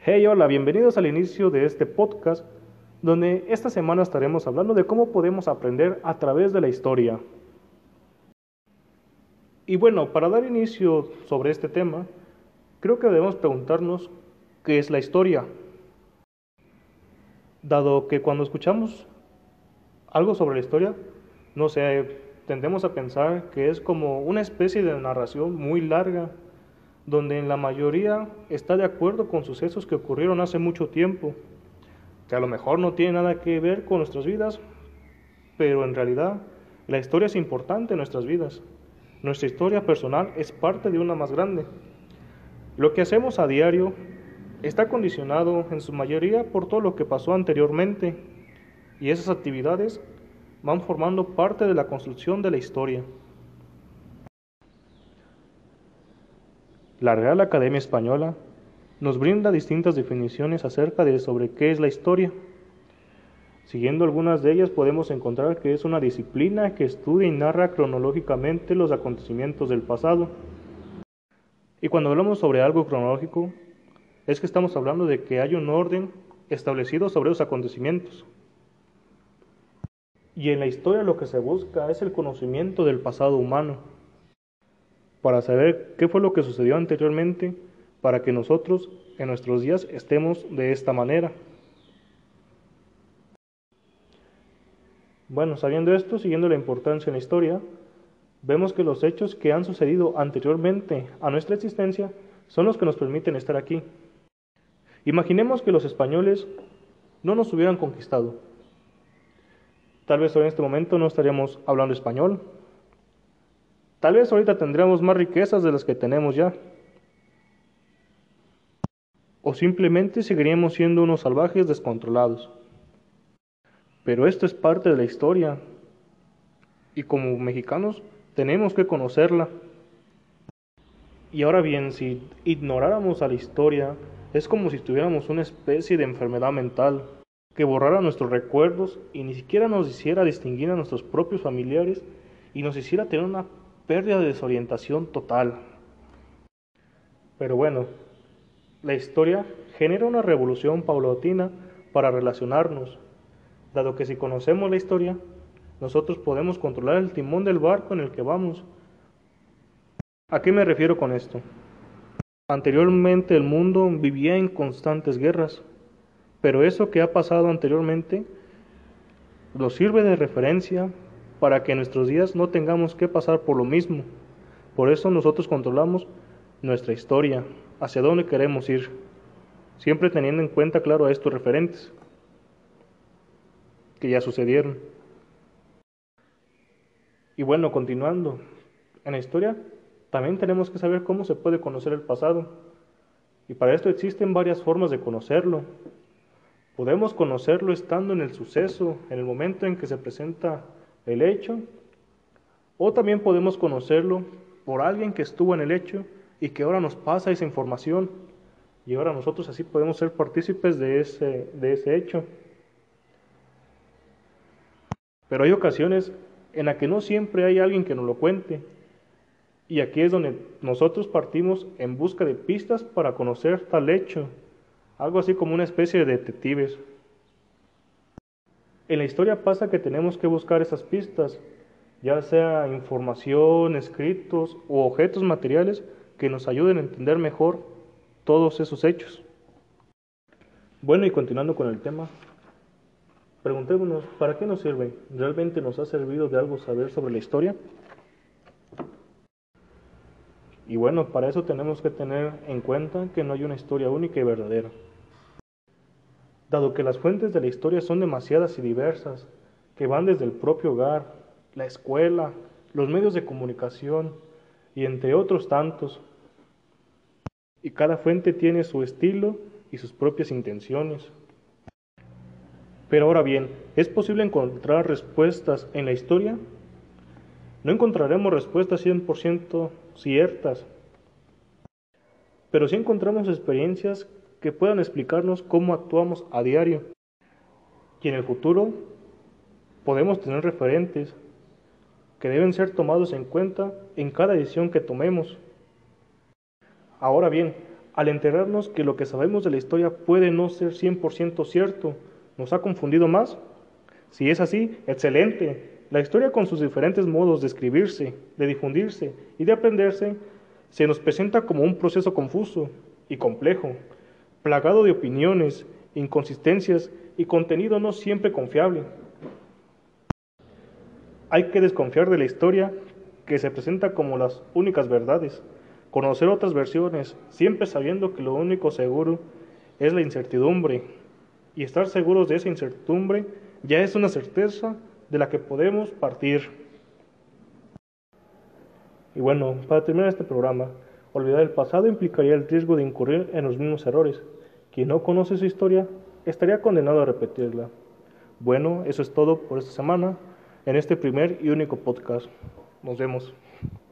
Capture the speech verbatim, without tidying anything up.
Hey, hola, bienvenidos al inicio de este podcast, donde esta semana estaremos hablando de cómo podemos aprender a través de la historia. Y bueno, para dar inicio sobre este tema, creo que debemos preguntarnos qué es la historia, dado que cuando escuchamos algo sobre la historia, no sé, tendemos a pensar que es como una especie de narración muy larga, donde en la mayoría está de acuerdo con sucesos que ocurrieron hace mucho tiempo, que a lo mejor no tiene nada que ver con nuestras vidas, pero en realidad la historia es importante en nuestras vidas. Nuestra historia personal es parte de una más grande. Lo que hacemos a diario está condicionado en su mayoría por todo lo que pasó anteriormente, y esas actividades van formando parte de la construcción de la historia. La Real Academia Española nos brinda distintas definiciones acerca de sobre qué es la historia. Siguiendo algunas de ellas podemos encontrar que es una disciplina que estudia y narra cronológicamente los acontecimientos del pasado. Y cuando hablamos sobre algo cronológico, es que estamos hablando de que hay un orden establecido sobre los acontecimientos. Y en la historia lo que se busca es el conocimiento del pasado humano, para saber qué fue lo que sucedió anteriormente, para que nosotros en nuestros días estemos de esta manera. Bueno, sabiendo esto, siguiendo la importancia en la historia, vemos que los hechos que han sucedido anteriormente a nuestra existencia son los que nos permiten estar aquí. Imaginemos que los españoles no nos hubieran conquistado. Tal vez hoy en este momento no estaríamos hablando español. Tal vez ahorita tendríamos más riquezas de las que tenemos ya. O simplemente seguiríamos siendo unos salvajes descontrolados. Pero esto es parte de la historia. Y como mexicanos tenemos que conocerla. Y ahora bien, si ignoráramos a la historia, es como si tuviéramos una especie de enfermedad mental que borrara nuestros recuerdos y ni siquiera nos hiciera distinguir a nuestros propios familiares y nos hiciera tener una pérdida de desorientación total. Pero bueno, la historia genera una revolución paulatina para relacionarnos, dado que si conocemos la historia, nosotros podemos controlar el timón del barco en el que vamos. ¿A qué me refiero con esto? Anteriormente el mundo vivía en constantes guerras, pero eso que ha pasado anteriormente nos sirve de referencia para que en nuestros días no tengamos que pasar por lo mismo. Por eso nosotros controlamos nuestra historia, hacia dónde queremos ir, siempre teniendo en cuenta, claro, a estos referentes que ya sucedieron. Y bueno, continuando, en la historia también tenemos que saber cómo se puede conocer el pasado. Y para esto existen varias formas de conocerlo. Podemos conocerlo estando en el suceso, en el momento en que se presenta el hecho, o también podemos conocerlo por alguien que estuvo en el hecho y que ahora nos pasa esa información, y ahora nosotros así podemos ser partícipes de ese, de ese hecho. Pero hay ocasiones en las que no siempre hay alguien que nos lo cuente, y aquí es donde nosotros partimos en busca de pistas para conocer tal hecho, algo así como una especie de detectives. En la historia pasa que tenemos que buscar esas pistas, ya sea información, escritos u objetos materiales que nos ayuden a entender mejor todos esos hechos. Bueno, y continuando con el tema, preguntémonos, ¿para qué nos sirve? ¿Realmente nos ha servido de algo saber sobre la historia? Y bueno, para eso tenemos que tener en cuenta que no hay una historia única y verdadera. Dado que las fuentes de la historia son demasiadas y diversas, que van desde el propio hogar, la escuela, los medios de comunicación y entre otros tantos, y cada fuente tiene su estilo y sus propias intenciones. Pero ahora bien, ¿es posible encontrar respuestas en la historia? No encontraremos respuestas cien por ciento ciertas, pero sí encontramos experiencias que puedan explicarnos cómo actuamos a diario. Y en el futuro podemos tener referentes que deben ser tomados en cuenta en cada decisión que tomemos. Ahora bien, al enterarnos que lo que sabemos de la historia puede no ser cien por ciento cierto, ¿nos ha confundido más? Si es así, excelente. La historia con sus diferentes modos de escribirse, de difundirse y de aprenderse, se nos presenta como un proceso confuso y complejo, plagado de opiniones, inconsistencias y contenido no siempre confiable. Hay que desconfiar de la historia que se presenta como las únicas verdades, conocer otras versiones, siempre sabiendo que lo único seguro es la incertidumbre, y estar seguros de esa incertidumbre ya es una certeza de la que podemos partir. Y bueno, para terminar este programa, olvidar el pasado implicaría el riesgo de incurrir en los mismos errores. Quien no conoce su historia estaría condenado a repetirla. Bueno, eso es todo por esta semana, en este primer y único podcast. Nos vemos.